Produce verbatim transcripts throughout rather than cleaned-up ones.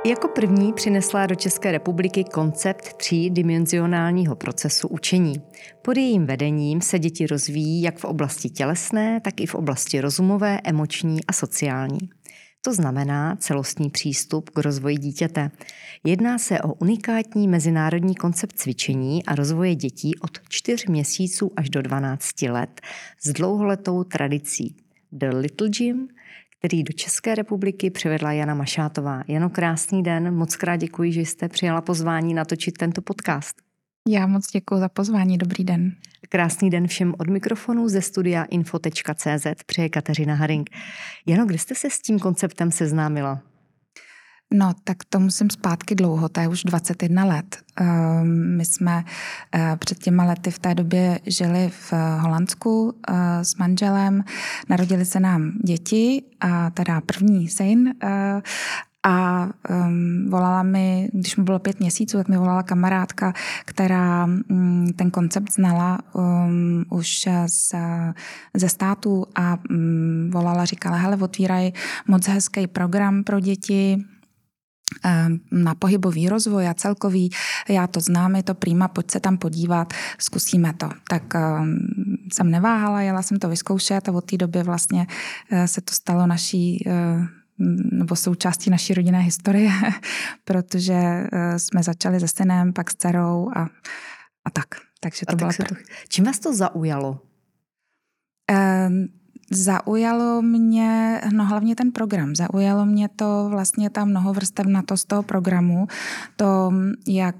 Jako první přinesla do České republiky koncept třídimenzionálního procesu učení. Pod jejím vedením se děti rozvíjí jak v oblasti tělesné, tak i v oblasti rozumové, emoční a sociální. To znamená celostní přístup k rozvoji dítěte. Jedná se o unikátní mezinárodní koncept cvičení a rozvoje dětí od čtyř měsíců až do dvanácti let s dlouholetou tradicí The Little Gym, který do České republiky přivedla Jana Mašátová. Jano, krásný den, moc krát děkuji, že jste přijala pozvání natočit tento podcast. Já moc děkuji za pozvání, dobrý den. Krásný den všem od mikrofonu ze studia info tečka cé zet, přeje Kateřina Haring. Jano, kdy jste se s tím konceptem seznámila? No, tak to musím zpátky dlouho, to je už dvacet jedna let. My jsme před těma lety v té době žili v Holandsku s manželem, narodili se nám děti, a teda první syn, a um, volala mi, když mi bylo pět měsíců, tak mi volala kamarádka, která um, ten koncept znala um, už z, ze státu a um, volala, říkala, hele, otvírají moc hezký program pro děti na pohybový rozvoj a celkový, já to znám, je to prima, pojď se tam podívat, zkusíme to. Tak um, jsem neváhala, jela jsem to vyzkoušet a od té doby vlastně uh, se to stalo naší uh, nebo součástí naší rodinné historie, protože jsme začali se synem, pak s dcerou a, a tak. Takže to a byla tak to... Čím vás to zaujalo? E, zaujalo mě, no hlavně ten program. Zaujalo mě to vlastně ta mnohovrstevnatost toho programu, to, jak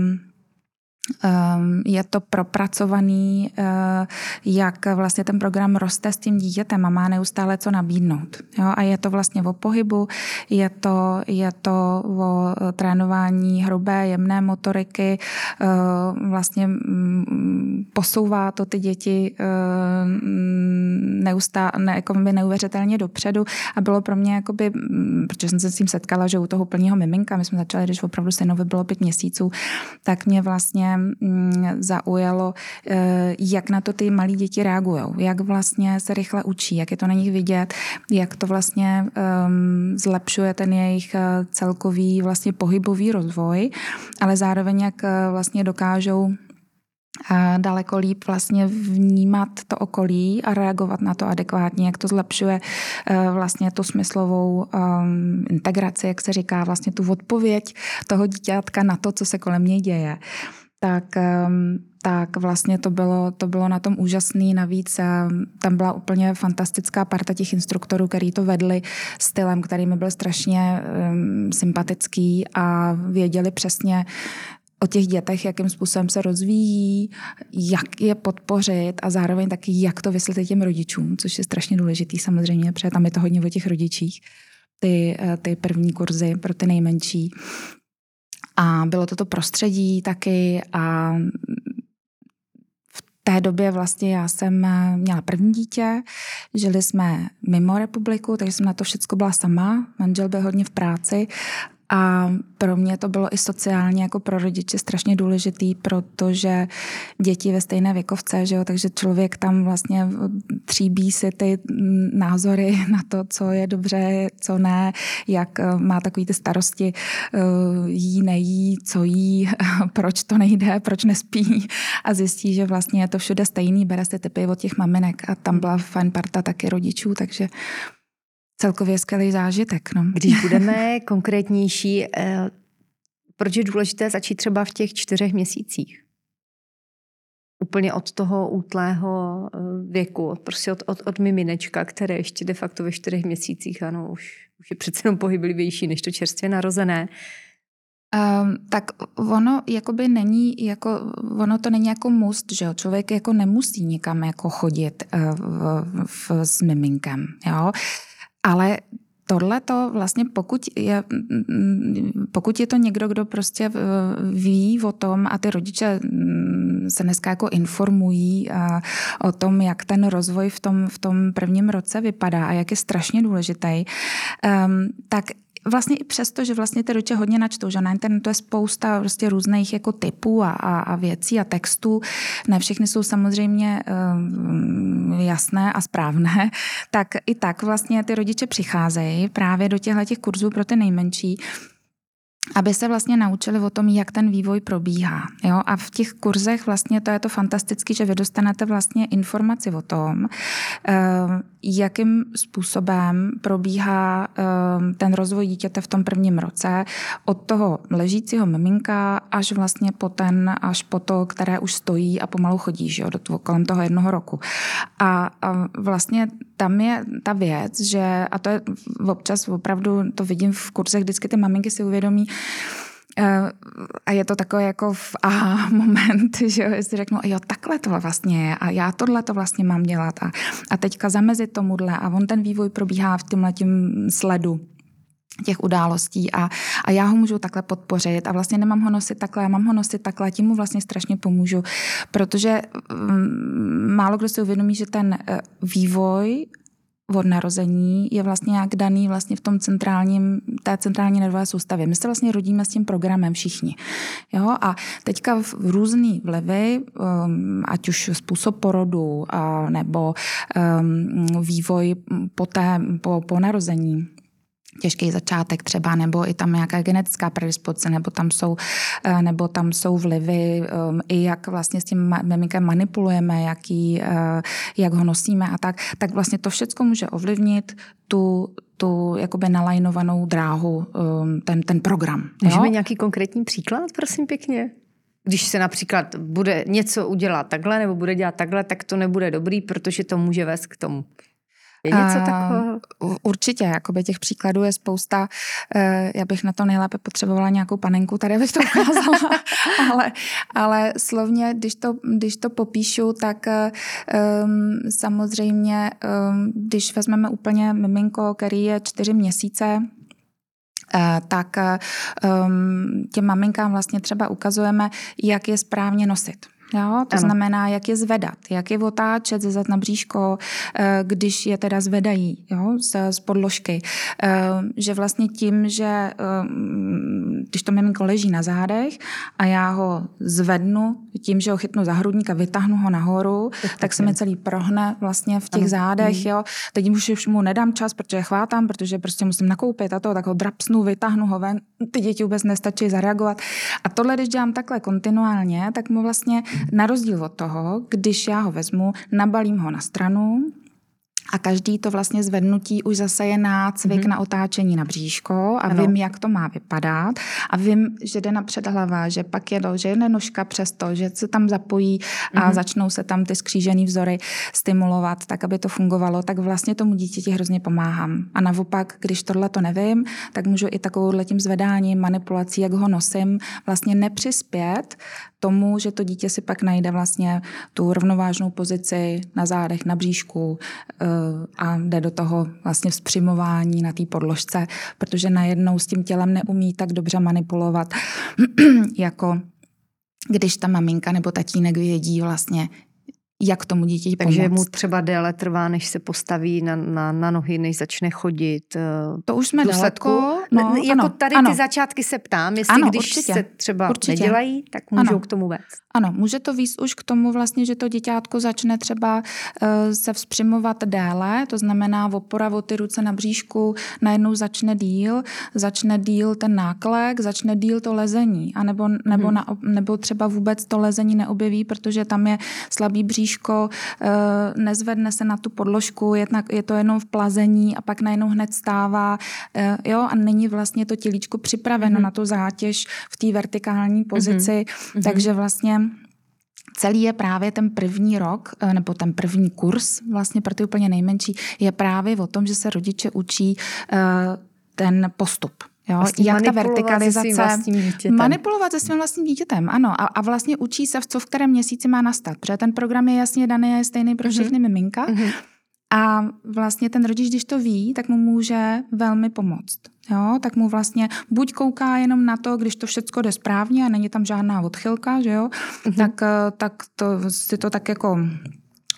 je to propracovaný, jak vlastně ten program roste s tím dítětem a má neustále co nabídnout. Jo? A je to vlastně o pohybu, je to, je to o trénování hrubé, jemné motoriky, vlastně posouvá to ty děti neustále, ne, jako by neuvěřitelně dopředu a bylo pro mě, jakoby, protože jsem se s tím setkala, že u toho plního miminka, my jsme začali, když opravdu synovi bylo pět měsíců, tak mě vlastně zaujalo, jak na to ty malí děti reagujou, jak vlastně se rychle učí, jak je to na nich vidět, jak to vlastně um, zlepšuje ten jejich celkový vlastně pohybový rozvoj, ale zároveň jak vlastně dokážou a daleko líp vlastně vnímat to okolí a reagovat na to adekvátně, jak to zlepšuje vlastně tu smyslovou um, integraci, jak se říká, vlastně tu odpověď toho dítětka na to, co se kolem něj děje. Tak, tak vlastně to bylo, to bylo na tom úžasný. Navíc tam byla úplně fantastická parta těch instruktorů, který to vedli stylem, který mi byl strašně um, sympatický a věděli přesně o těch dětech, jakým způsobem se rozvíjí, jak je podpořit a zároveň taky, jak to vysvětlit těm rodičům, což je strašně důležitý samozřejmě, protože tam je to hodně o těch rodičích, ty, ty první kurzy pro ty nejmenší. A bylo to to prostředí taky a v té době vlastně já jsem měla první dítě, žili jsme mimo republiku, takže jsem na to všecko byla sama, manžel byl hodně v práci a pro mě to bylo i sociálně jako pro rodiče strašně důležitý, protože děti ve stejné věkovce, že jo, takže člověk tam vlastně tříbí si ty názory na to, co je dobře, co ne, jak má takový ty starosti, jí, nejí, co jí, proč to nejde, proč nespí a zjistí, že vlastně je to všude stejný, bere si typy od těch maminek a tam byla fajn parta taky rodičů, takže celkově skvělý zážitek. No. Když budeme konkrétnější, eh, proč je důležité začít třeba v těch čtyřech měsících? Úplně od toho útlého věku, prostě od, od, od miminečka, které ještě de facto ve čtyřech měsících, ano, už, už je přece jenom pohyblivější než to čerstvě narozené. Um, tak ono jakoby není, jako, ono to není jako must, že jo? Člověk jako nemusí nikam jako chodit uh, v, v, s miminkem, jo? Ale tohle to vlastně, pokud je, pokud je to někdo, kdo prostě ví o tom a ty rodiče se dneska jako informují o tom, jak ten rozvoj v tom, v tom prvním roce vypadá a jak je strašně důležitý, tak vlastně i přesto, že vlastně ty rodiče hodně načtou, že na internetu je spousta prostě různých jako typů a, a, a věcí a textů, ne všechny jsou samozřejmě um, jasné a správné, tak i tak vlastně ty rodiče přicházejí právě do těchto těch kurzů pro ty nejmenší aby se vlastně naučili o tom, jak ten vývoj probíhá. Jo? A v těch kurzech vlastně to je to fantastické, že vy dostanete vlastně informaci o tom, jakým způsobem probíhá ten rozvoj dítěte v tom prvním roce, od toho ležícího miminka až vlastně po ten, až po to, které už stojí a pomalu chodí, že jo, do toho, kolem toho jednoho roku. A, a vlastně tam je ta věc, že, a to je občas opravdu, to vidím v kurzech, vždycky ty maminky si uvědomí, a je to takový jako v aha moment, že si řeknu, jo, takhle to vlastně je a já tohle to vlastně mám dělat a, a teďka zamezit tomuhle a on ten vývoj probíhá v tímhletím sledu těch událostí a, a já ho můžu takhle podpořit a vlastně nemám ho nosit takhle, já mám ho nosit takhle a tím mu vlastně strašně pomůžu, protože um, málo kdo si uvědomí, že ten uh, vývoj od narození je vlastně nějak daný vlastně v tom centrálním, té centrální nervové soustavě. My se vlastně rodíme s tím programem všichni. Jo? A teďka v různý vlivy, um, ať už způsob porodu uh, nebo um, vývoj po, té, po, po narození, těžký začátek třeba, nebo i tam nějaká genetická predispozice, nebo tam jsou, nebo tam jsou vlivy, um, i jak vlastně s tím miminkem manipulujeme, jaký, uh, jak ho nosíme a tak, tak vlastně to všechno může ovlivnit tu, tu jakoby nalajnovanou dráhu, um, ten, ten program. Můžeme nějaký konkrétní příklad, prosím pěkně? Když se například bude něco udělat takhle, nebo bude dělat takhle, tak to nebude dobrý, protože to může vést k tomu. Je něco takového? Uh, určitě, jakoby těch příkladů je spousta. Uh, já bych na to nejlépe potřebovala nějakou panenku, tady bych to ukázala, ale, ale slovně, když to, když to popíšu, tak um, samozřejmě, um, když vezmeme úplně miminko, který je čtyři měsíce, Uh, tak um, těm maminkám vlastně třeba ukazujeme, jak je správně nosit. Jo, to ano. znamená, jak je zvedat, jak je otáčet ze zad na bříško, když je teda zvedají, jo, z, z podložky. Že vlastně tím, že když to miminko leží na zádech a já ho zvednu, tím, že ho chytnu za hrudník a vytáhnu ho nahoru, tak, tak se mi celý prohne vlastně v těch ano. zádech. Jo. Teď už, už mu nedám čas, protože chvátám, protože prostě musím nakoupit a to, tak ho drapsnu, vytáhnu ho ven, ty děti vůbec nestačí zareagovat. A tohle, když dělám takhle kontinuálně, tak mu vlastně na rozdíl od toho, když já ho vezmu, nabalím ho na stranu a každý to vlastně zvednutí už zase je nácvik mm-hmm. na otáčení na bříško a ano. vím, jak to má vypadat a vím, že jde napřed hlava, že pak je, že jde nožka přes to, že se tam zapojí a mm-hmm. začnou se tam ty skřížený vzory stimulovat, tak, aby to fungovalo, tak vlastně tomu dítěti hrozně pomáhám. A naopak, když tohle to nevím, tak můžu i takovouhle tím zvedáním, manipulací, jak ho nosím, vlastně nepřispět tomu, že to dítě si pak najde vlastně tu rovnovážnou pozici na zádech, na bříšku a jde do toho vlastně vzpřimování na té podložce, protože najednou s tím tělem neumí tak dobře manipulovat, jako když ta maminka nebo tatínek vědí vlastně, jak tomu dítěti pomoct. Takže mu třeba déle trvá, než se postaví na, na, na nohy, než začne chodit. To už jsme daleko. No, jako ano, tady ano. Ty začátky se ptám, jestli ano, když určitě, se třeba určitě. nedělají, tak můžou ano. k tomu vést. Ano, může to víc už k tomu vlastně, že to děťátko začne třeba uh, se vzpřimovat déle, to znamená opora o ty ruce na bříšku, najednou začne díl, začne díl ten náklek, začne díl to lezení, a nebo, nebo, hmm. na, nebo třeba vůbec to lezení neobjeví, protože tam je slabý bříško, uh, nezvedne se na tu podložku, je, na, je to jenom v plazení a pak najednou hned stává, uh, jo, a není vlastně to tělíčko připraveno hmm. na tu zátěž v té vertikální pozici, hmm. takže vlastně celý je právě ten první rok, nebo ten první kurz, vlastně pro ty úplně nejmenší, je právě o tom, že se rodiče učí uh, ten postup. Jo, vlastně jak ta vertikalizace, manipulovat se svým vlastním dítětem, ano. A, a vlastně učí se, v co v kterém měsíci má nastat, protože ten program je jasně daný, je stejný pro všechny mm-hmm. miminka. Mm-hmm. A vlastně ten rodič, když to ví, tak mu může velmi pomoct. Jo, tak mu vlastně buď kouká jenom na to, když to všecko jde správně a není tam žádná odchylka, že jo, mm-hmm. tak, tak to, si to tak jako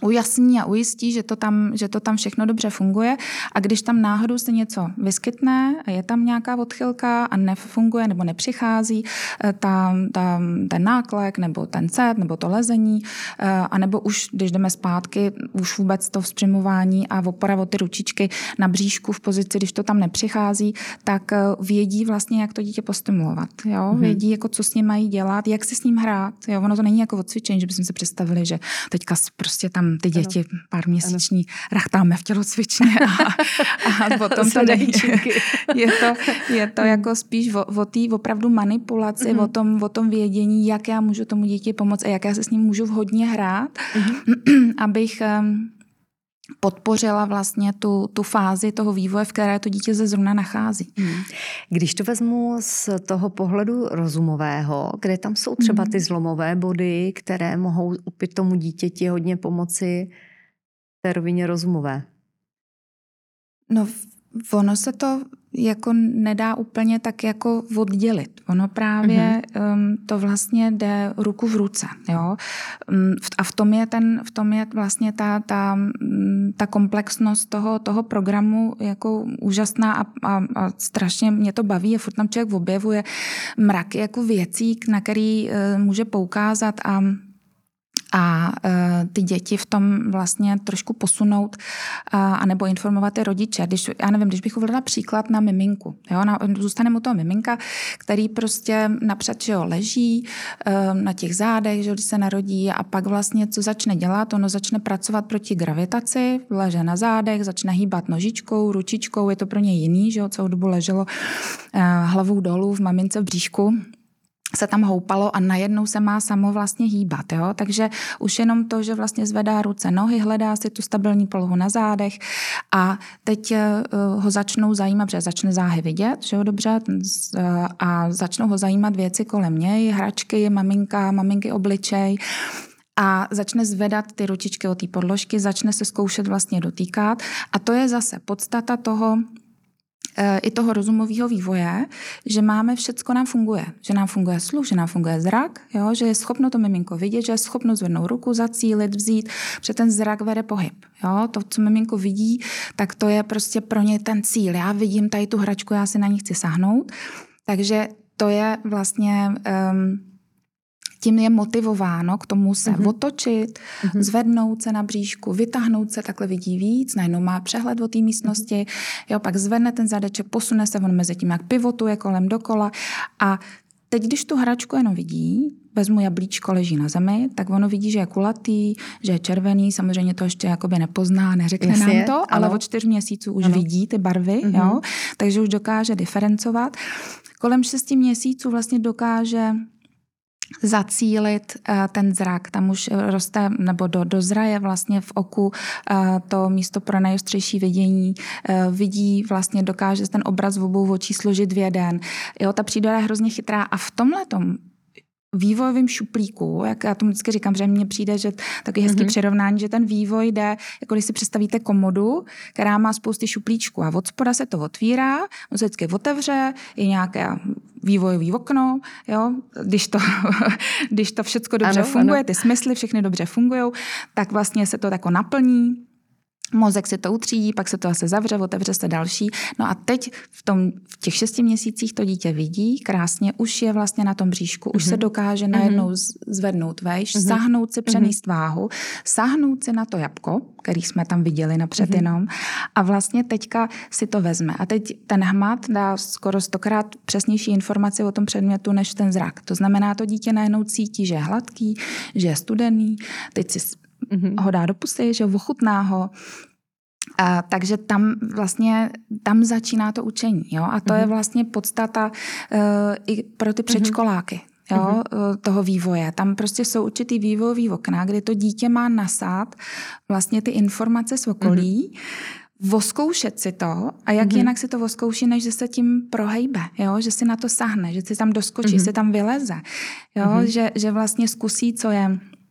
ujasní a ujistí, že to, tam, že to tam všechno dobře funguje a když tam náhodou se něco vyskytne a je tam nějaká odchylka a nefunguje nebo nepřichází ta, ta, ten náklek nebo ten cet nebo to lezení a nebo už, když jdeme zpátky, už vůbec to vzpřimování a opora o ty ručičky na bříšku v pozici, když to tam nepřichází, tak vědí vlastně, jak to dítě postimulovat. Jo? Mm-hmm. Vědí, jako, co s ním mají dělat, jak si s ním hrát. Jo? Ono to není jako odcvičení, že bychom si představili, že teďka prostě tam ty děti ano. pár měsíční ano. rachtáme v tělocvičně a, a potom to není. Je to, je to jako spíš o, o té opravdu manipulaci, mm-hmm. o, tom, o tom vědění, jak já můžu tomu dítě pomoct a jak já se s ním můžu vhodně hrát, mm-hmm. abych um, podpořila vlastně tu, tu fázi toho vývoje, v které to dítě se zrovna nachází. Hmm. Když to vezmu z toho pohledu rozumového, kde tam jsou třeba ty zlomové body, které mohou opět tomu dítěti hodně pomoci v té rovině rozumové? No, ono se to jako nedá úplně tak jako oddělit. Ono právě mm-hmm. um, to vlastně jde ruku v ruce. Jo? Um, a v tom je, ten, v tom je vlastně ta, ta, ta komplexnost toho, toho programu jako úžasná a, a, a strašně mě to baví a furt tam člověk objevuje mraky jako věcí, na který uh, může poukázat a a e, ty děti v tom vlastně trošku posunout a, a nebo informovat ty rodiče. Když, já nevím, když bych uvedla příklad na miminku, jo, na, zůstaneme u toho miminka, který prostě napřed, že jo, leží e, na těch zádech, že jo, když se narodí a pak vlastně co začne dělat, ono začne pracovat proti gravitaci, leže na zádech, začne hýbat nožičkou, ručičkou, je to pro ně jiný, že jo, celou dobu leželo e, hlavou dolů v mamince v bříšku, se tam houpalo a najednou se má samo vlastně hýbat. Jo? Takže už jenom to, že vlastně zvedá ruce, nohy, hledá si tu stabilní polohu na zádech a teď uh, ho začnou zajímat, protože začne záhy vidět, že jo, dobře, uh, a začnou ho zajímat věci kolem něj, hračky, maminka, maminky obličej, a začne zvedat ty ručičky od té podložky, začne se zkoušet vlastně dotýkat a to je zase podstata toho, i toho rozumového vývoje, že máme všecko nám funguje. Že nám funguje sluch, že nám funguje zrak, jo? Že je schopno to miminko vidět, že je schopno zvednout ruku, zacílit, vzít, protože ten zrak vede pohyb. Jo? To, co miminko vidí, tak to je prostě pro ně ten cíl. Já vidím tady tu hračku, já si na ní chci sáhnout. Takže to je vlastně... Um, tím je motivováno k tomu se mm-hmm. otočit, mm-hmm. zvednout se na bříšku, vytáhnout se, takhle vidí víc, najednou má přehled o té místnosti, mm-hmm. jo, pak zvedne ten zadeček, posune se, on mezi tím jak pivotuje kolem dokola a teď, když tu hračku jenom vidí, vezmu jablíčko, leží na zemi, tak ono vidí, že je kulatý, že je červený, samozřejmě to ještě jakoby nepozná, neřekne Jasně, nám to, ano. ale od čtyř měsíců už ano. vidí ty barvy, mm-hmm. jo, takže už dokáže diferencovat. Kolem šesti měsíců vlastně dokáže zacílit uh, ten zrak. Tam už roste, nebo do, dozraje vlastně v oku uh, to místo pro nejostřejší vidění. Uh, vidí, vlastně dokáže ten obraz v obou očí složit v jeden. Jo, ta příroda je hrozně chytrá a v tomhletom vývojovým šuplíku, jak já tomu vždycky říkám, že mně přijde, že taky hezký mm-hmm. přirovnání, že ten vývoj jde, jako když si představíte komodu, která má spousty šuplíčků a od spoda se to otvírá, on se vždycky otevře, je nějaké vývojový okno, jo, když to, když to všecko dobře ano, funguje, ano. ty smysly všechny dobře fungují, tak vlastně se to tako naplní, mozek se to utřídí, pak se to zase zavře, otevře se další. No a teď v, tom, v těch šesti měsících to dítě vidí krásně, už je vlastně na tom bříšku, mm-hmm. už se dokáže najednou zvednout vejš, mm-hmm. sahnout si, přenést mm-hmm. váhu, sahnout si na to jabko, který jsme tam viděli napřed mm-hmm. jenom a vlastně teďka si to vezme. A teď ten hmat dá skoro stokrát přesnější informaci o tom předmětu než ten zrak. To znamená, to dítě najednou cítí, že je hladký, že je studený, teď si Mm-hmm. ho dá do pusy, že ho ochutná ho. A, takže tam vlastně, tam začíná to učení. Jo? A to mm-hmm. je vlastně podstata uh, i pro ty předškoláky. Jo, mm-hmm. toho vývoje. Tam prostě jsou určitý vývojový okna, kdy to dítě má nasát vlastně ty informace z okolí, mm-hmm. voskoušet si to a jak mm-hmm. jinak si to voskouší, než že se tím prohejbe, jo? Že si na to sahne, že si tam doskočí, mm-hmm. si tam vyleze. Jo? Mm-hmm. Že, že vlastně zkusí, co je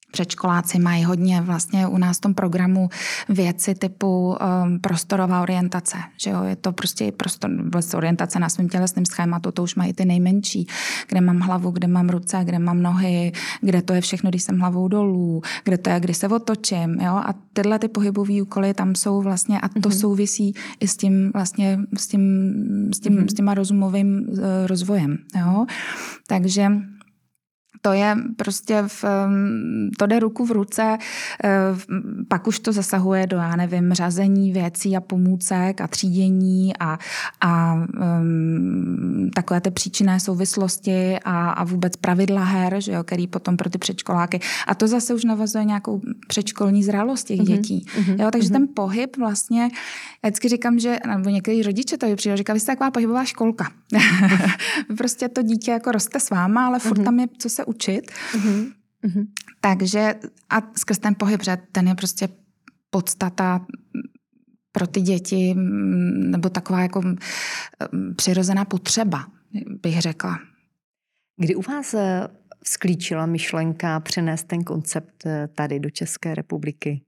Předškoláci mají hodně vlastně u nás v tom programu věci typu um, prostorová orientace, že jo, je to prostě prostor, vlastně orientace na svém tělesném schématu, to už mají ty nejmenší, kde mám hlavu, kde mám ruce, kde mám nohy, kde to je všechno, když jsem hlavou dolů, kde to je, když se otočím, jo, a tyhle ty pohybové úkoly tam jsou vlastně a to mm-hmm. souvisí i s tím vlastně, s tím, s tím, mm-hmm. s těma rozumovým uh, rozvojem, jo, takže to je prostě, v, to jde ruku v ruce, pak už to zasahuje do, já nevím, řazení věcí a pomůcek a třídění a, a um, takové ty příčinné souvislosti a, a vůbec pravidla her, že jo, který potom pro ty předškoláky. A to zase už navazuje nějakou předškolní zralost těch mm-hmm. dětí. Mm-hmm. Jo, takže mm-hmm. ten pohyb vlastně, já vždycky říkám, že, nebo někteří rodiče to přijde, říkají, vy jste taková pohybová školka. Prostě to dítě jako roste s váma, ale furt mm-hmm. tam je co se učit. Mm-hmm. Takže a skrz ten pohyb, že ten je prostě podstata pro ty děti, nebo taková jako přirozená potřeba, bych řekla. Kdy u vás vzklíčila myšlenka přenést ten koncept tady do České republiky?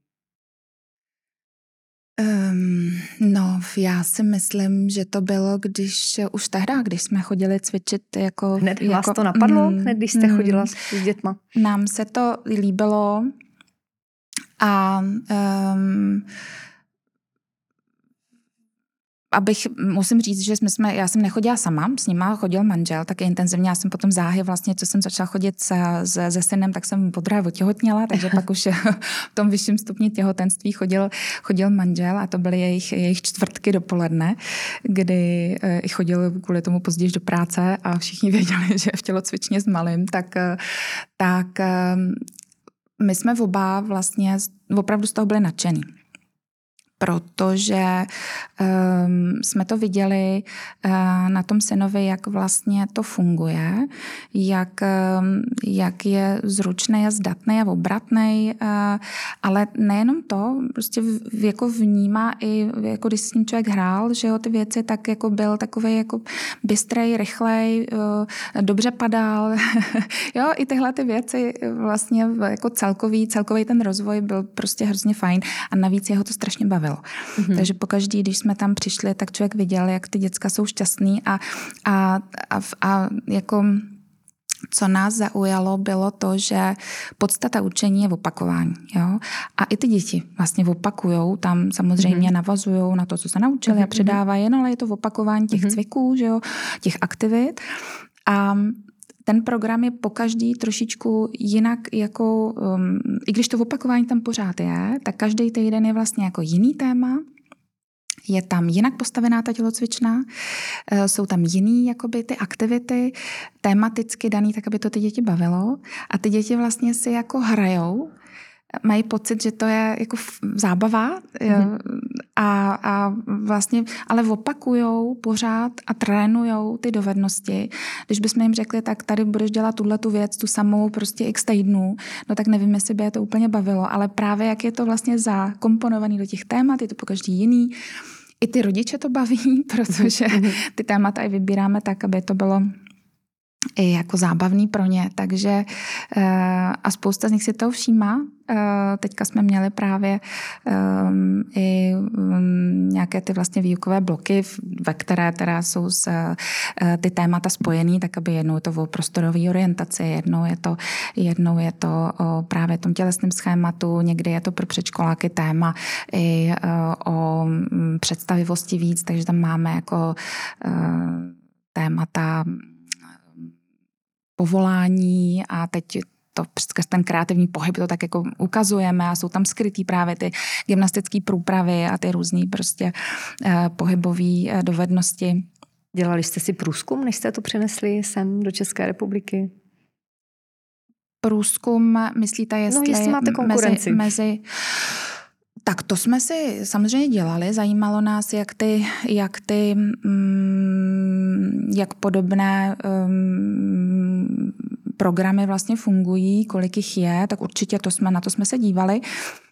Um, no, já si myslím, že to bylo, když už tehdy, když jsme chodili cvičit jako... Hned jako, vás to napadlo, mm, hned když jste mm, chodila s, s dětma? Nám se to líbilo a um, abych, musím říct, že jsme, jsme, já jsem nechodila sama, s nima chodil manžel, tak intenzivně. Já jsem potom záhy vlastně, co jsem začala chodit se, se, se synem, tak jsem podruhé otěhotněla, takže pak už v tom vyšším stupni těhotenství chodil, chodil manžel a to byly jejich, jejich čtvrtky dopoledne, kdy eh, chodil kvůli tomu později do práce a všichni věděli, že je v tělocvičně s malým, tak, tak eh, my jsme oba vlastně opravdu z toho byli nadšený. Protože um, jsme to viděli uh, na tom synovi, jak vlastně to funguje, jak, um, jak je zručný a zdatný a obratný, uh, ale nejenom to, prostě v, jako vnímá i, jako když s ním člověk hrál, že jo, ty věci, tak jako byl takovej jako bystrej, rychlej, uh, dobře padal, jo, i tyhle ty věci vlastně jako celkový, celkový ten rozvoj byl prostě hrozně fajn a navíc jeho to strašně bavilo. Mm-hmm. Takže pokaždý, když jsme tam přišli, tak člověk viděl, jak ty děcka jsou šťastný a, a, a, a jako co nás zaujalo, bylo to, že podstata učení je v opakování. Jo? A i ty děti vlastně opakujou, tam samozřejmě mm-hmm. navazujou na to, co se naučili mm-hmm. a předávají, no ale je to v opakování těch mm-hmm. cviků, že jo? Těch aktivit. A ten program je pokaždý trošičku jinak, jako, um, i když to opakování tam pořád je, tak každý týden je vlastně jako jiný téma, je tam jinak postavená ta tělocvična, jsou tam jiný jakoby ty aktivity, tematicky daný, tak aby to ty děti bavilo a ty děti vlastně si jako hrajou, mají pocit, že to je jako zábava mm-hmm. a, a vlastně, ale opakujou pořád a trénujou ty dovednosti. Když bychom jim řekli, tak tady budeš dělat tuhletu věc, tu samou prostě x týdnů, no tak nevím, jestli by je to úplně bavilo, ale právě jak je to vlastně zakomponovaný do těch témat, je to pokaždý jiný. I ty rodiče to baví, protože ty témata i vybíráme tak, aby to bylo i jako zábavný pro ně, takže a spousta z nich si toho všímá. Teďka jsme měli právě um, i um, nějaké ty vlastně výukové bloky, ve které teda jsou s, uh, ty témata spojený, tak aby jednou je to o prostorové orientaci, jednou je to, jednou je to o právě tom tělesném schématu, někdy je to pro předškoláky téma i uh, o um, představivosti víc, takže tam máme jako uh, témata povolání a teď to přes ten kreativní pohyb to tak jako ukazujeme a jsou tam skrytý právě ty gymnastické průpravy a ty různý prostě eh, pohybové eh, dovednosti. Dělali jste si průzkum, než jste to přinesli sem do České republiky? Průzkum, myslíte, jestli... No, jestli máte konkurenci. Mezi, mezi... Tak to jsme si samozřejmě dělali, zajímalo nás, jak ty, jak ty, mm, jak podobné um, programy vlastně fungují, kolik jich je, tak určitě to jsme, na to jsme se dívali.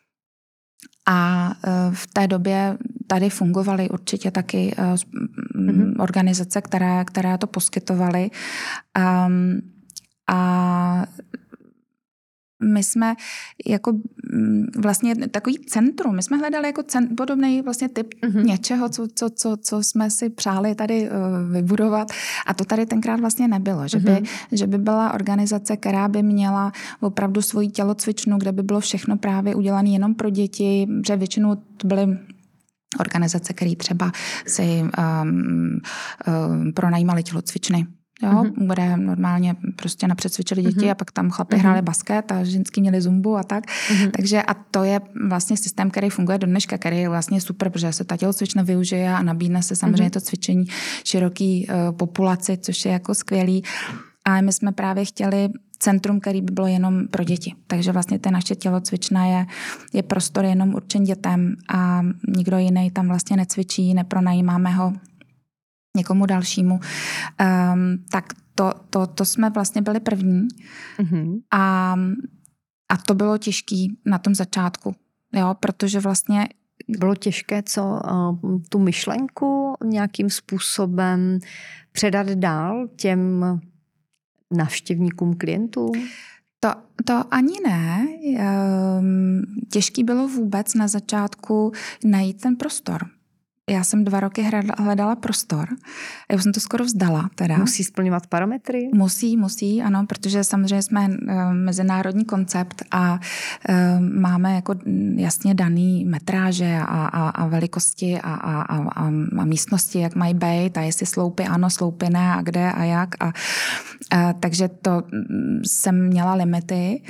A uh, v té době tady fungovaly určitě taky uh, mm-hmm. organizace, které, které to poskytovaly. Um, a my jsme jako vlastně takový centrum, my jsme hledali jako cent, podobný vlastně typ mm-hmm. něčeho, co, co, co, co jsme si přáli tady uh, vybudovat a to tady tenkrát vlastně nebylo, že by, mm-hmm. že by byla organizace, která by měla opravdu svoji tělocvičnu, kde by bylo všechno právě udělané jenom pro děti, že většinou to byly organizace, které třeba si um, um, pronajímaly tělocvičny. Jo, mm-hmm. kde normálně prostě napředcvičili děti mm-hmm. a pak tam chlapi mm-hmm. hráli basket a ženský měli zumbu a tak. Mm-hmm. Takže a to je vlastně systém, který funguje do dneška, který je vlastně super, protože se ta tělocvična využije a nabídne se samozřejmě mm-hmm. to cvičení široký uh, populaci, což je jako skvělý. A my jsme právě chtěli centrum, který by bylo jenom pro děti. Takže vlastně ta naše tělocvična je, je prostor jenom určen dětem a nikdo jiný tam vlastně necvičí, nepronajímáme ho někomu dalšímu. Um, tak to, to, to jsme vlastně byli první. Mm-hmm. A, a to bylo těžký na tom začátku. Jo, protože vlastně bylo těžké, co tu myšlenku nějakým způsobem předat dál těm návštěvníkům, klientům? To, to ani ne. Um, těžký bylo vůbec na začátku najít ten prostor. Já jsem dva roky hledala prostor. Já už jsem to skoro vzdala. Teda. Musí splňovat parametry? Musí, musí, ano, protože samozřejmě jsme mezinárodní koncept a máme jako jasně daný metráže a, a, a velikosti a, a, a, a místnosti, jak mají být a jestli sloupy ano, sloupy ne a kde a jak. A, a, takže to jsem měla limity.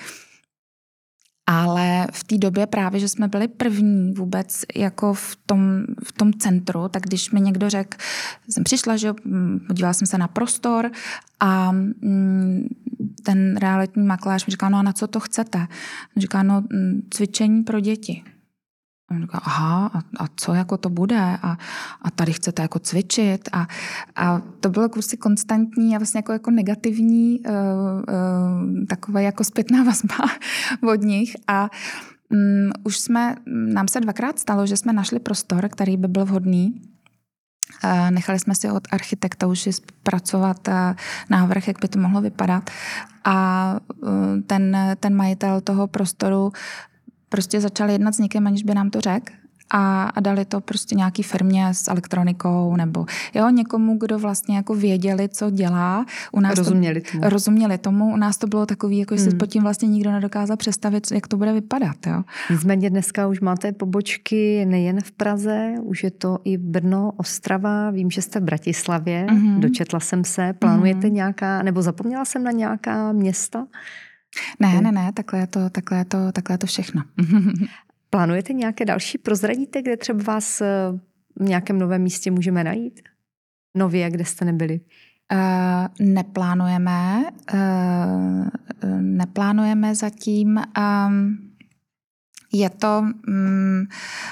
Ale v té době právě, že jsme byli první vůbec jako v tom, v tom centru, tak když mi někdo řekl, jsem přišla, že podívala jsem se na prostor a ten realitní makléř mi říká, no a na co to chcete? On říká, no cvičení pro děti. On říká, aha, a, a co jako to bude? A, a tady chcete jako cvičit? A, a to bylo prostě konstantní a vlastně jako, jako negativní uh, uh, taková jako zpětná vazba od nich. A um, už jsme, nám se dvakrát stalo, že jsme našli prostor, který by byl vhodný. Uh, nechali jsme si od architekta už zpracovat uh, návrh, jak by to mohlo vypadat. A uh, ten, ten majitel toho prostoru prostě začali jednat s někým, aniž by nám to řekl a, a dali to prostě nějaký firmě s elektronikou nebo jo, někomu, kdo vlastně jako věděli, co dělá. U nás rozuměli to, tomu. Rozuměli tomu. U nás to bylo takový, jako že hmm. se pod tím vlastně nikdo nedokázal představit, jak to bude vypadat. Jo. Nicméně dneska už máte pobočky nejen v Praze, už je to i Brno, Ostrava, vím, že jste v Bratislavě, mm-hmm. dočetla jsem se. Plánujete mm-hmm. nějaká, nebo zapomněla jsem na nějaká města? Ne, ne, ne, takhle je to, takhle je to, takhle je to všechno. Plánujete nějaké další? Prozradíte, kde třeba vás v nějakém novém místě můžeme najít? Nově, kde jste nebyli? Uh, neplánujeme. Uh, neplánujeme zatím. Um, je to... Um,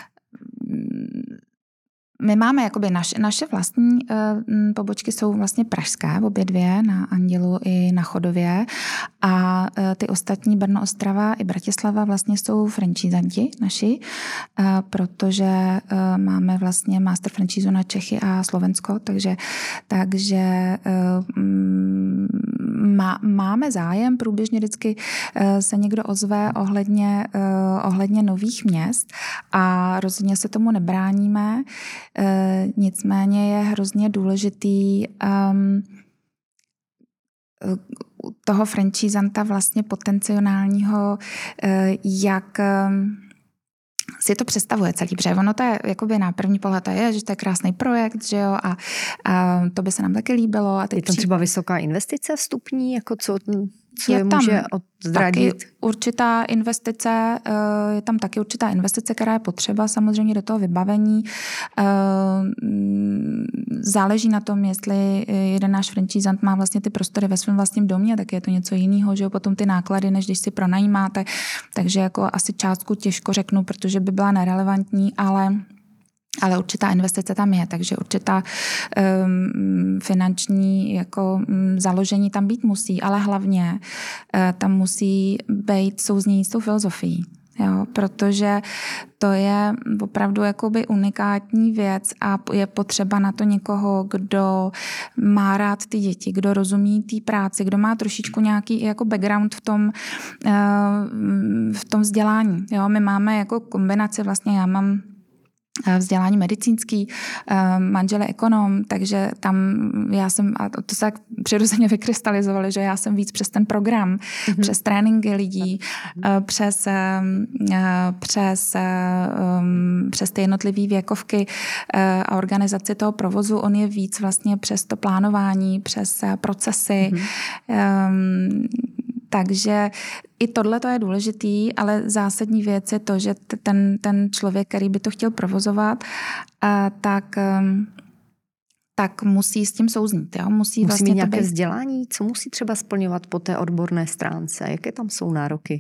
My máme jakoby naše, naše vlastní uh, pobočky jsou vlastně pražské, obě dvě, na Andělu i na Chodově a uh, ty ostatní Brno, Ostrava i Bratislava vlastně jsou franchisanti naši, uh, protože uh, máme vlastně master franchízu na Čechy a Slovensko, takže, takže uh, má, máme zájem, průběžně vždycky uh, se někdo ozve ohledně, uh, ohledně nových měst a rozhodně se tomu nebráníme. Uh, nicméně je hrozně důležitý um, toho franchisanta vlastně potenciálního, uh, jak um, si to představuje celý, protože ono to je jakoby na první pohled to je, že to je krásný projekt, že jo, a, a to by se nám taky líbilo. A je tam třeba vysoká investice vstupní, jako co, co je, je tam může odzradit? Taky určitá investice, je tam taky určitá investice, která je potřeba samozřejmě do toho vybavení. Záleží na tom, jestli jeden náš franchisant má vlastně ty prostory ve svém vlastním domě, tak je to něco jiného, že jo, potom ty náklady, než když si pronajímáte, takže jako asi částku těžko řeknu, protože by byla nerelevantní, ale Ale určitá investice tam je, takže určitá um, finanční jako, um, založení tam být musí, ale hlavně uh, tam musí být souznění s tou filozofií. jo, protože to je opravdu jakoby unikátní věc a je potřeba na to někoho, kdo má rád ty děti, kdo rozumí té práci, kdo má trošičku nějaký jako background v tom, v tom vzdělání. Jo, my máme jako kombinaci, vlastně já mám vzdělání medicínský, manžel je ekonom, takže tam já jsem, a to se tak přirozeně vykrystalizovalo, že já jsem víc přes ten program, mm-hmm. přes tréninky lidí, mm-hmm. přes, přes, přes ty jednotlivé věkovky a organizaci toho provozu, on je víc vlastně přes to plánování, přes procesy, mm-hmm. Takže i tohle to je důležitý, ale zásadní věc je to, že ten, ten člověk, který by to chtěl provozovat, tak, tak musí s tím souznít. Jo? Musí, musí vlastně mít nějaké být... vzdělání? Co musí třeba splňovat po té odborné stránce? Jaké tam jsou nároky?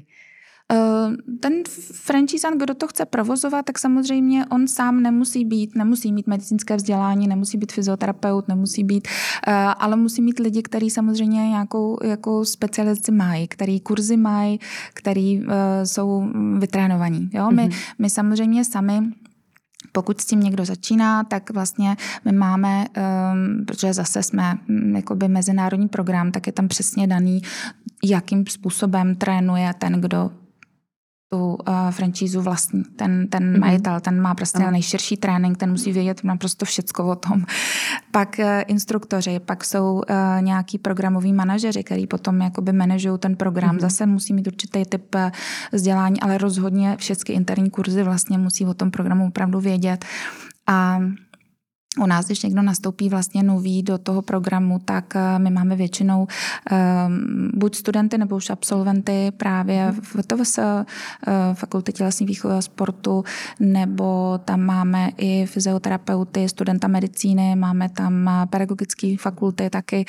Ten franchisant, kdo to chce provozovat, tak samozřejmě on sám nemusí být, nemusí mít medicínské vzdělání, nemusí být fyzioterapeut, nemusí být, ale musí mít lidi, kteří samozřejmě nějakou jako specializaci mají, který kurzy mají, který jsou vytrénovaní. Jo? My, mm-hmm. my samozřejmě sami, pokud s tím někdo začíná, tak vlastně my máme, um, protože zase jsme um, jakoby mezinárodní program, tak je tam přesně daný, jakým způsobem trénuje ten, kdo tu uh, franšízu vlastní. Ten, ten mm-hmm. majitel, ten má prostě mm. nejširší trénink, ten musí vědět naprosto všecko o tom. Pak uh, instruktoři, pak jsou uh, nějaký programoví manažeři, který potom jakoby manažují ten program. Mm-hmm. Zase musí mít určitý typ uh, vzdělání, ale rozhodně všechny interní kurzy vlastně musí o tom programu opravdu vědět. A u nás, když někdo nastoupí vlastně nový do toho programu, tak my máme většinou um, buď studenty nebo už absolventy právě v T V S, uh, fakulty tělesné výchovy a sportu, nebo tam máme i fyzioterapeuty, studenta medicíny, máme tam pedagogické fakulty taky.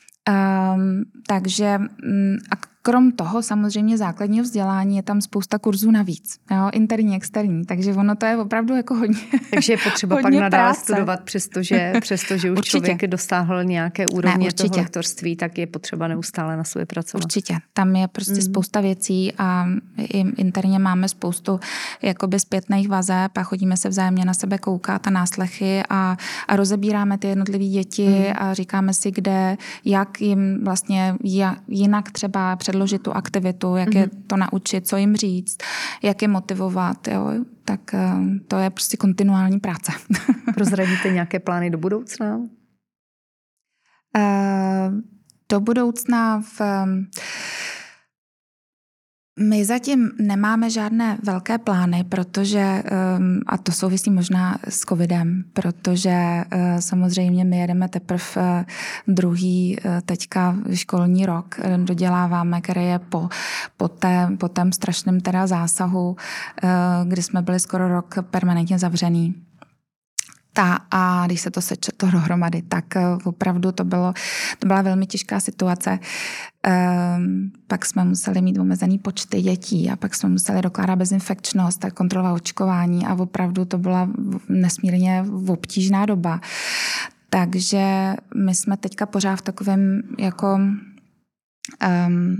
Um, takže um, a krom toho samozřejmě základního vzdělání je tam spousta kurzů navíc, jo, interní, externí, takže ono to je opravdu jako hodně. Takže je potřeba pak nadále práce. Studovat, přestože, přestože už určitě. Člověk dosáhl nějaké úrovně ne, toho lektorství, tak je potřeba neustále na sobě pracovat. Určitě, tam je prostě mm. spousta věcí a i interně máme spoustu jakoby zpětných vazeb a chodíme se vzájemně na sebe koukat a náslechy a, a rozebíráme ty jednotlivé děti mm. a říkáme si, kde, jak jim vlastně jinak třeba předložit tu aktivitu, jak mm-hmm. je to naučit, co jim říct, jak je motivovat, jo, tak to je prostě kontinuální práce. Prozradíte nějaké plány do budoucna? Uh, do budoucna v... My zatím nemáme žádné velké plány, protože, a to souvisí možná s covidem, protože samozřejmě my jedeme teprve druhý teďka školní rok, doděláváme, který je po, po, té, po tém strašném teda zásahu, kdy jsme byli skoro rok permanentně zavřený. Ta, a když se to sečetlo dohromady, tak opravdu to, bylo, to byla velmi těžká situace. Um, pak jsme museli mít omezený počty dětí a pak jsme museli dokládat bezinfekčnost a kontrolovat očkování a opravdu to byla nesmírně obtížná doba. Takže my jsme teďka pořád v takovém jako um,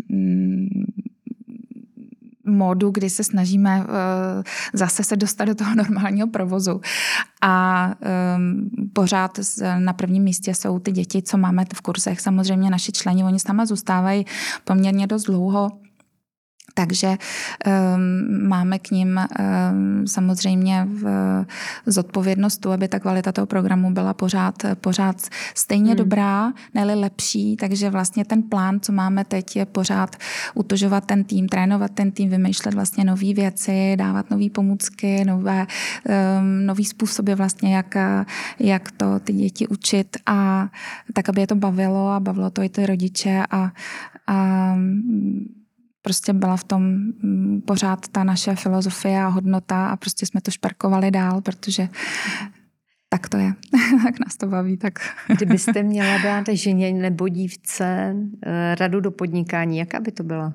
módu, kdy se snažíme uh, zase se dostat do toho normálního provozu. A um, pořád na prvním místě jsou ty děti, co máme v kurzech. Samozřejmě naši členi, oni s náma zůstávají poměrně dost dlouho. Takže um, máme k nim um, samozřejmě v, zodpovědnost tu, aby ta kvalita toho programu byla pořád, pořád stejně hmm. dobrá, ne-li lepší. Takže vlastně ten plán, co máme teď, je pořád utužovat ten tým, trénovat ten tým, vymýšlet vlastně nové věci, dávat nové pomůcky, nové, um, nový způsoby vlastně, jak, jak to ty děti učit a tak, aby je to bavilo a bavilo to i ty rodiče a, a prostě byla v tom pořád ta naše filozofie a hodnota a prostě jsme to šperkovali dál, protože tak to je. Tak nás to baví. Tak. Kdybyste měla dát ženě nebo dívce radu do podnikání, jaká by to byla?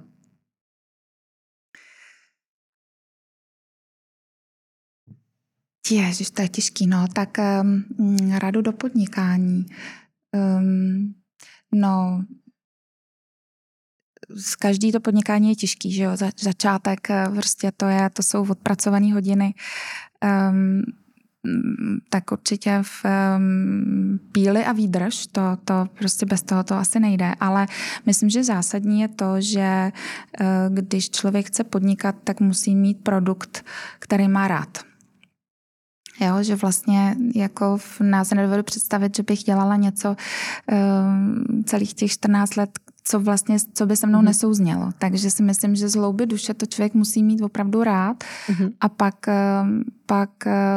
Ježiš, to je těžký, no. Tak um, radu do podnikání. Um, no... z každý to podnikání je těžký, že jo, Za, začátek prostě to je, to jsou odpracované hodiny, um, tak určitě v um, píli a výdrž, to, to prostě bez toho to asi nejde, ale myslím, že zásadní je to, že uh, když člověk chce podnikat, tak musí mít produkt, který má rád. Jo, že vlastně jako v nás nedovedu představit, že bych dělala něco um, celých těch čtrnáct let, co vlastně, co by se mnou mm. nesouznělo. Takže si myslím, že z hloubi duše to člověk musí mít opravdu rád mm. a pak, pak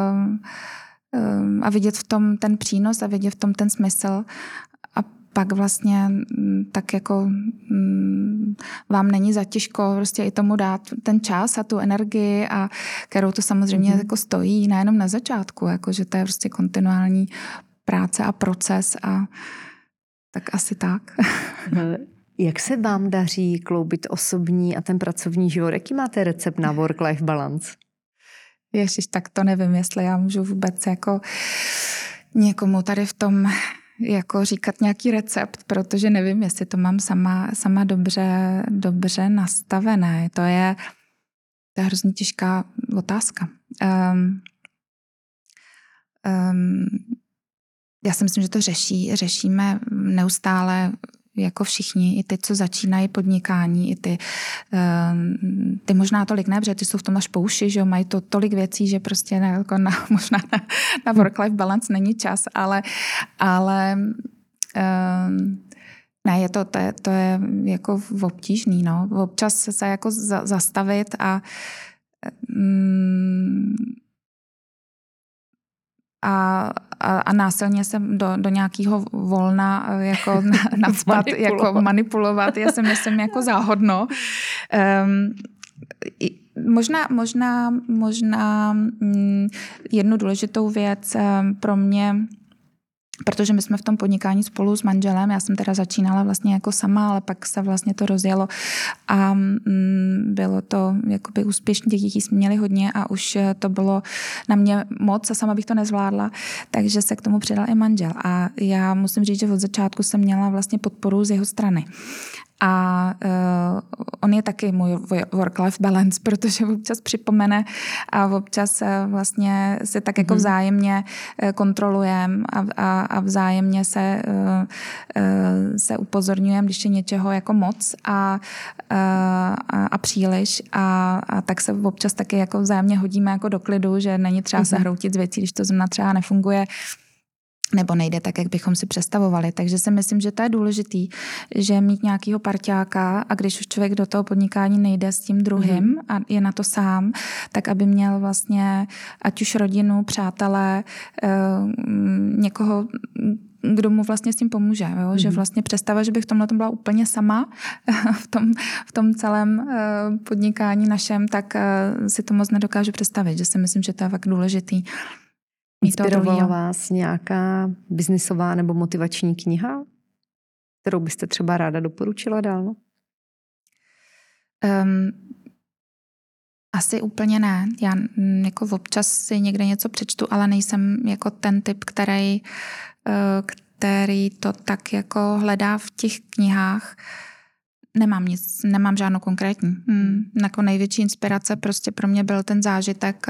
a vidět v tom ten přínos a vidět v tom ten smysl a pak vlastně tak jako vám není za těžko prostě i tomu dát ten čas a tu energii, a kterou to samozřejmě mm. jako stojí, nejenom na začátku, jako že to je prostě kontinuální práce a proces a tak asi tak. Jak se vám daří kloubit osobní a ten pracovní život? Jaký máte recept na work-life balance? Ježiš, tak to nevím, jestli já můžu vůbec jako někomu tady v tom jako říkat nějaký recept, protože nevím, jestli to mám sama, sama dobře, dobře nastavené. To je, to je hrozně těžká otázka. Um, um, já si myslím, že to řeší, řešíme neustále jako všichni, i ty, co začínají podnikání, i ty, ty možná tolik ne, protože ty jsou v tom až po uši, že jo, mají to tolik věcí, že prostě ne, jako na, možná na, na work-life balance není čas, ale, ale um, ne, je to, to, je, to je jako obtížný, no. Občas se jako za, zastavit a um, A, a, a násilně se do, do nějakého volna jako nadspat, jako manipulovat, já si myslím jako záhodno. Um, možná, možná, možná um, jednu důležitou věc um, pro mě, protože my jsme v tom podnikání spolu s manželem, já jsem teda začínala vlastně jako sama, ale pak se vlastně to rozjelo a mm, bylo to jakoby úspěšně, těch dětí jsme měli hodně a už to bylo na mě moc a sama bych to nezvládla, takže se k tomu přidal i manžel a já musím říct, že od začátku jsem měla vlastně podporu z jeho strany. A uh, on je taky můj work-life balance, protože občas připomene a občas uh, vlastně se tak jako vzájemně uh, kontrolujeme a, a, a vzájemně se, uh, uh, se upozorňujeme, když je něčeho jako moc a, uh, a, a příliš a, a tak se občas taky jako vzájemně hodíme jako do klidu, že není třeba se hroutit z věcí, když to zrovna třeba nefunguje nebo nejde tak, jak bychom si představovali. Takže si myslím, že to je důležitý, že mít nějakýho parťáka a když už člověk do toho podnikání nejde s tím druhým mm. a je na to sám, tak aby měl vlastně ať už rodinu, přátelé, někoho, kdo mu vlastně s tím pomůže. Jo? Mm. Že vlastně představa, že bych v tomhle byla úplně sama v tom, v tom celém podnikání našem, tak si to moc nedokážu představit. Že si myslím, že to je fakt důležitý. Inspirovala vás nějaká biznisová nebo motivační kniha, kterou byste třeba ráda doporučila dál? Um, asi úplně ne. Já jako občas si někde něco přečtu, ale nejsem jako ten typ, který, který to tak jako hledá v těch knihách. Nemám nic, nemám žádnou konkrétní. Hmm. Jako největší inspirace prostě pro mě byl ten zážitek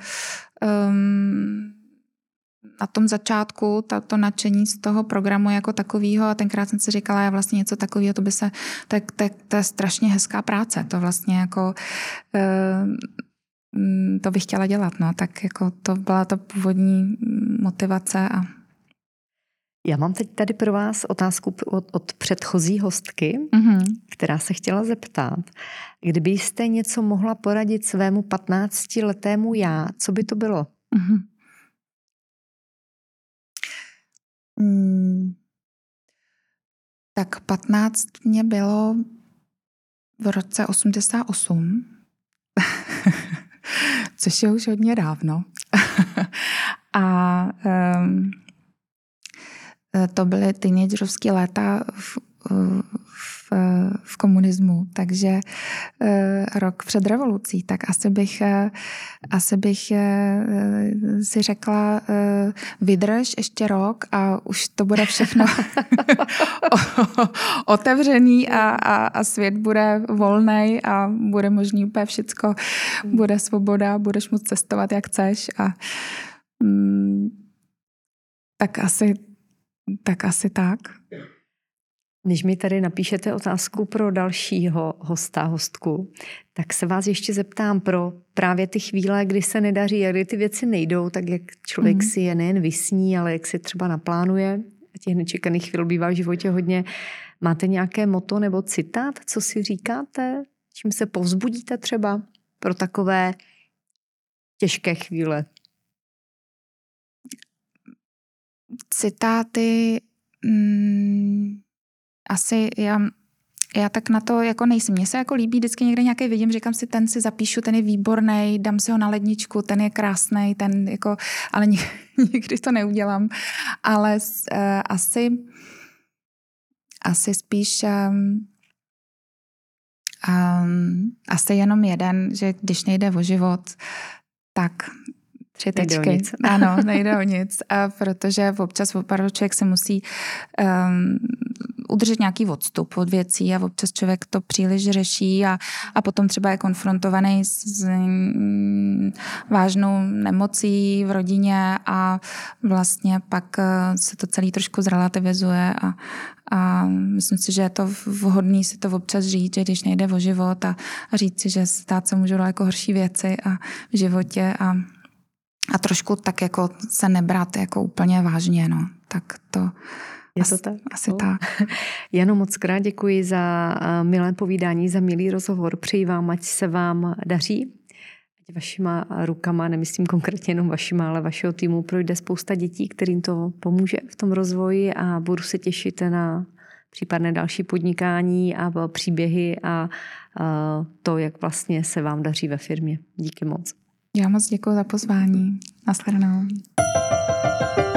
um, na tom začátku, to nadšení z toho programu jako takového a tenkrát jsem si říkala, já vlastně něco takového, to by se, to je, to, je, to je strašně hezká práce, to vlastně jako to bych chtěla dělat, no, tak jako to byla ta původní motivace. A já mám teď tady pro vás otázku od, od předchozí hostky, mm-hmm. která se chtěla zeptat, kdybyste něco mohla poradit svému patnáctiletému já, co by to bylo? Mm-hmm. Hmm. Tak patnáct mě bylo v roce osmdesát osm, což je už hodně dávno. A um, to byly teenagerovské léta, v, v komunismu, takže rok před revolucí, tak asi bych, asi bych si řekla, vydrž ještě rok a už to bude všechno otevřený a, a, a svět bude volnej a bude možný úplně všecko, bude svoboda, budeš moct cestovat, jak chceš a mm, tak asi tak. Asi tak. Když mi tady napíšete otázku pro dalšího hosta, hostku, tak se vás ještě zeptám pro právě ty chvíle, kdy se nedaří a kdy ty věci nejdou, tak jak člověk mm. si je nejen vysní, ale jak si třeba naplánuje. A těch nečekaných chvíl bývá v životě hodně. Máte nějaké motto nebo citát, co si říkáte? Čím se povzbudíte třeba pro takové těžké chvíle? Citáty... Mm... Asi já, já tak na to jako nejsem. Mně se jako líbí, vždycky někde nějaký vidím, říkám si, ten si zapíšu, ten je výborný, dám si ho na ledničku, ten je krásný, ten jako, ale nikdy to neudělám. Ale uh, asi, asi spíš um, um, asi jenom jeden, že když nejde o život, tak tři tečky. Ano, nejde o nic. A protože občas opravdu člověk se musí um, udržet nějaký odstup od věcí a občas člověk to příliš řeší a, a potom třeba je konfrontovaný s, s mm, vážnou nemocí v rodině a vlastně pak se to celý trošku zrelativizuje a, a myslím si, že je to vhodný si to občas říct, že když nejde o život a, a říct si, že stát se můžou jako horší věci a v životě a A trošku tak jako se nebrat jako úplně vážně, no. Tak to, je to tak? Asi no. tak. Jano, moc krát děkuji za milé povídání, za milý rozhovor. Přeji vám, ať se vám daří. Ať vašima rukama, nemyslím konkrétně jenom vašima, ale vašeho týmu projde spousta dětí, kterým to pomůže v tom rozvoji a budu se těšit na případné další podnikání a příběhy a to, jak vlastně se vám daří ve firmě. Díky moc. Já moc děkuji za pozvání. Nashledanou.